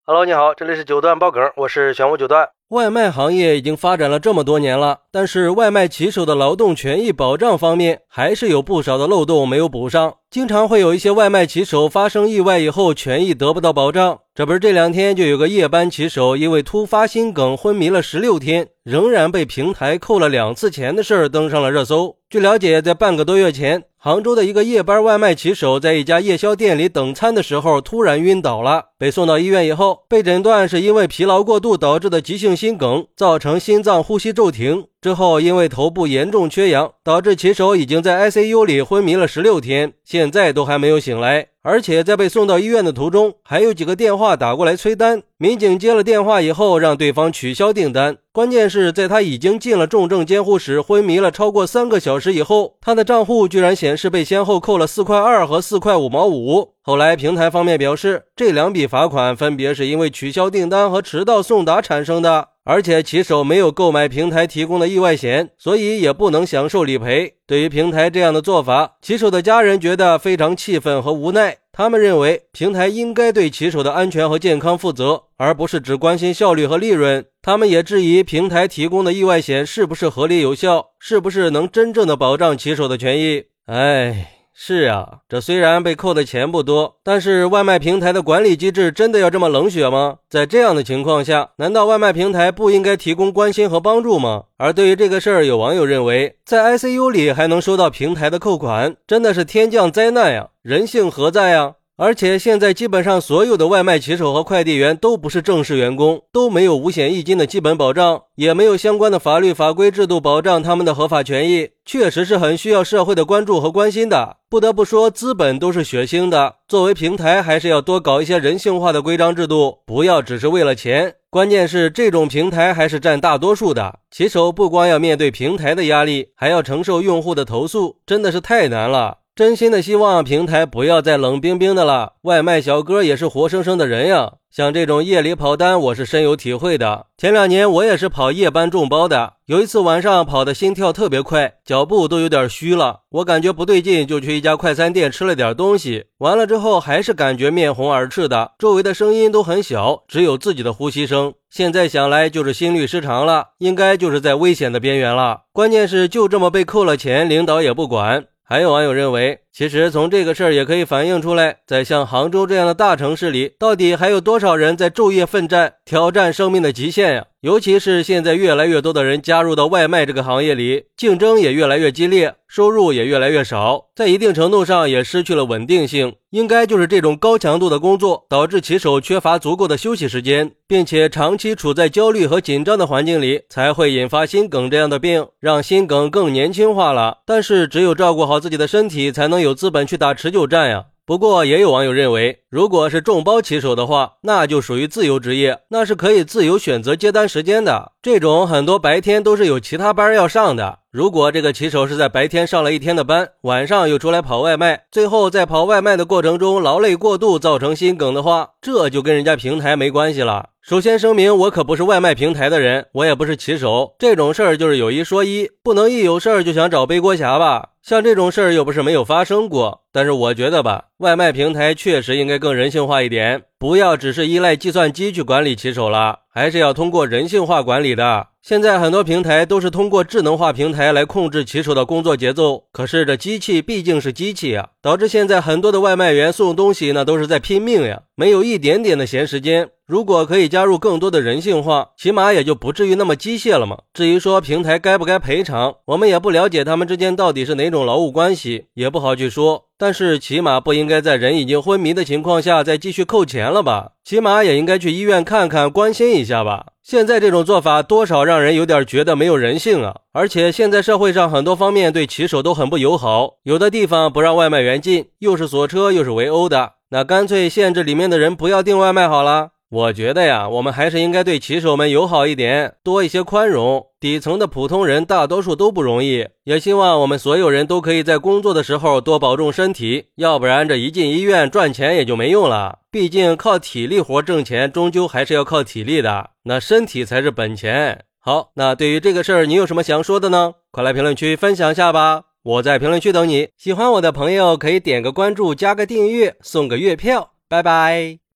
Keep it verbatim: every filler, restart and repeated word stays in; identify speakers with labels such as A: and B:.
A: Hello， 你好，这里是九段爆梗，我是玄武九段。外卖行业已经发展了这么多年了，但是外卖骑手的劳动权益保障方面还是有不少的漏洞没有补上，经常会有一些外卖骑手发生意外以后权益得不到保障。这不是这两天就有个夜班骑手因为突发心梗昏迷了十六天，仍然被平台扣了两次钱的事儿登上了热搜。据了解，在半个多月前，杭州的一个夜班外卖骑手在一家夜宵店里等餐的时候突然晕倒了，被送到医院以后，被诊断是因为疲劳过度导致的急性心梗，造成心脏呼吸骤停。之后因为头部严重缺氧，导致骑手已经在 I C U 里昏迷了十六天，现在都还没有醒来。而且在被送到医院的途中，还有几个电话打过来催单，民警接了电话以后让对方取消订单。关键是在他已经进了重症监护室昏迷了超过三个小时以后，他的账户居然显示被先后扣了四块二和四块五毛五。后来平台方面表示，这两笔罚款分别是因为取消订单和迟到送达产生的，而且骑手没有购买平台提供的意外险，所以也不能享受理赔。对于平台这样的做法，骑手的家人觉得非常气愤和无奈。他们认为平台应该对骑手的安全和健康负责，而不是只关心效率和利润。他们也质疑平台提供的意外险是不是合理有效，是不是能真正的保障骑手的权益。唉，是啊，这虽然被扣的钱不多，但是外卖平台的管理机制真的要这么冷血吗？在这样的情况下，难道外卖平台不应该提供关心和帮助吗？而对于这个事儿，有网友认为，在 I C U 里还能收到平台的扣款，真的是天降灾难呀，人性何在呀？而且现在基本上所有的外卖骑手和快递员都不是正式员工，都没有五险一金的基本保障，也没有相关的法律法规制度保障他们的合法权益，确实是很需要社会的关注和关心的。不得不说，资本都是血腥的，作为平台还是要多搞一些人性化的规章制度，不要只是为了钱。关键是这种平台还是占大多数的，骑手不光要面对平台的压力，还要承受用户的投诉，真的是太难了。真心的希望平台不要再冷冰冰的了，外卖小哥也是活生生的人呀。像这种夜里跑单我是深有体会的，前两年我也是跑夜班众包的，有一次晚上跑的心跳特别快，脚步都有点虚了，我感觉不对劲，就去一家快餐店吃了点东西，完了之后还是感觉面红耳赤的，周围的声音都很小，只有自己的呼吸声。现在想来就是心律失常了，应该就是在危险的边缘了。关键是就这么被扣了钱，领导也不管。还有网友认为，其实从这个事儿也可以反映出来，在像杭州这样的大城市里，到底还有多少人在昼夜奋战，挑战生命的极限呀？尤其是现在越来越多的人加入到外卖这个行业里，竞争也越来越激烈，收入也越来越少，在一定程度上也失去了稳定性。应该就是这种高强度的工作导致骑手缺乏足够的休息时间，并且长期处在焦虑和紧张的环境里，才会引发心梗这样的病，让心梗更年轻化了。但是只有照顾好自己的身体，才能有资本去打持久战呀。不过也有网友认为，如果是众包骑手的话，那就属于自由职业，那是可以自由选择接单时间的。这种很多白天都是有其他班要上的，如果这个骑手是在白天上了一天的班，晚上又出来跑外卖，最后在跑外卖的过程中劳累过度造成心梗的话，这就跟人家平台没关系了。首先声明，我可不是外卖平台的人，我也不是骑手，这种事儿就是有一说一，不能一有事儿就想找背锅侠吧。像这种事儿又不是没有发生过，但是我觉得吧，外卖平台确实应该更人性化一点，不要只是依赖计算机去管理骑手了，还是要通过人性化管理的。现在很多平台都是通过智能化平台来控制骑手的工作节奏，可是这机器毕竟是机器啊，导致现在很多的外卖员送东西那都是在拼命呀，没有一点点的闲时间。如果可以加入更多的人性化，起码也就不至于那么机械了嘛。至于说平台该不该赔偿，我们也不了解他们之间到底是哪种劳务关系，也不好去说。但是起码不应该在人已经昏迷的情况下再继续扣钱了吧，起码也应该去医院看看关心一下吧。现在这种做法多少让人有点觉得没有人性啊。而且现在社会上很多方面对骑手都很不友好，有的地方不让外卖员进，又是锁车又是围殴的，那干脆限制里面的人不要订外卖好了。我觉得呀，我们还是应该对骑手们友好一点，多一些宽容。底层的普通人大多数都不容易，也希望我们所有人都可以在工作的时候多保重身体，要不然这一进医院赚钱也就没用了。毕竟靠体力活挣钱终究还是要靠体力的，那身体才是本钱。好，那对于这个事儿你有什么想说的呢？快来评论区分享一下吧，我在评论区等你。喜欢我的朋友可以点个关注加个订阅送个月票，拜拜。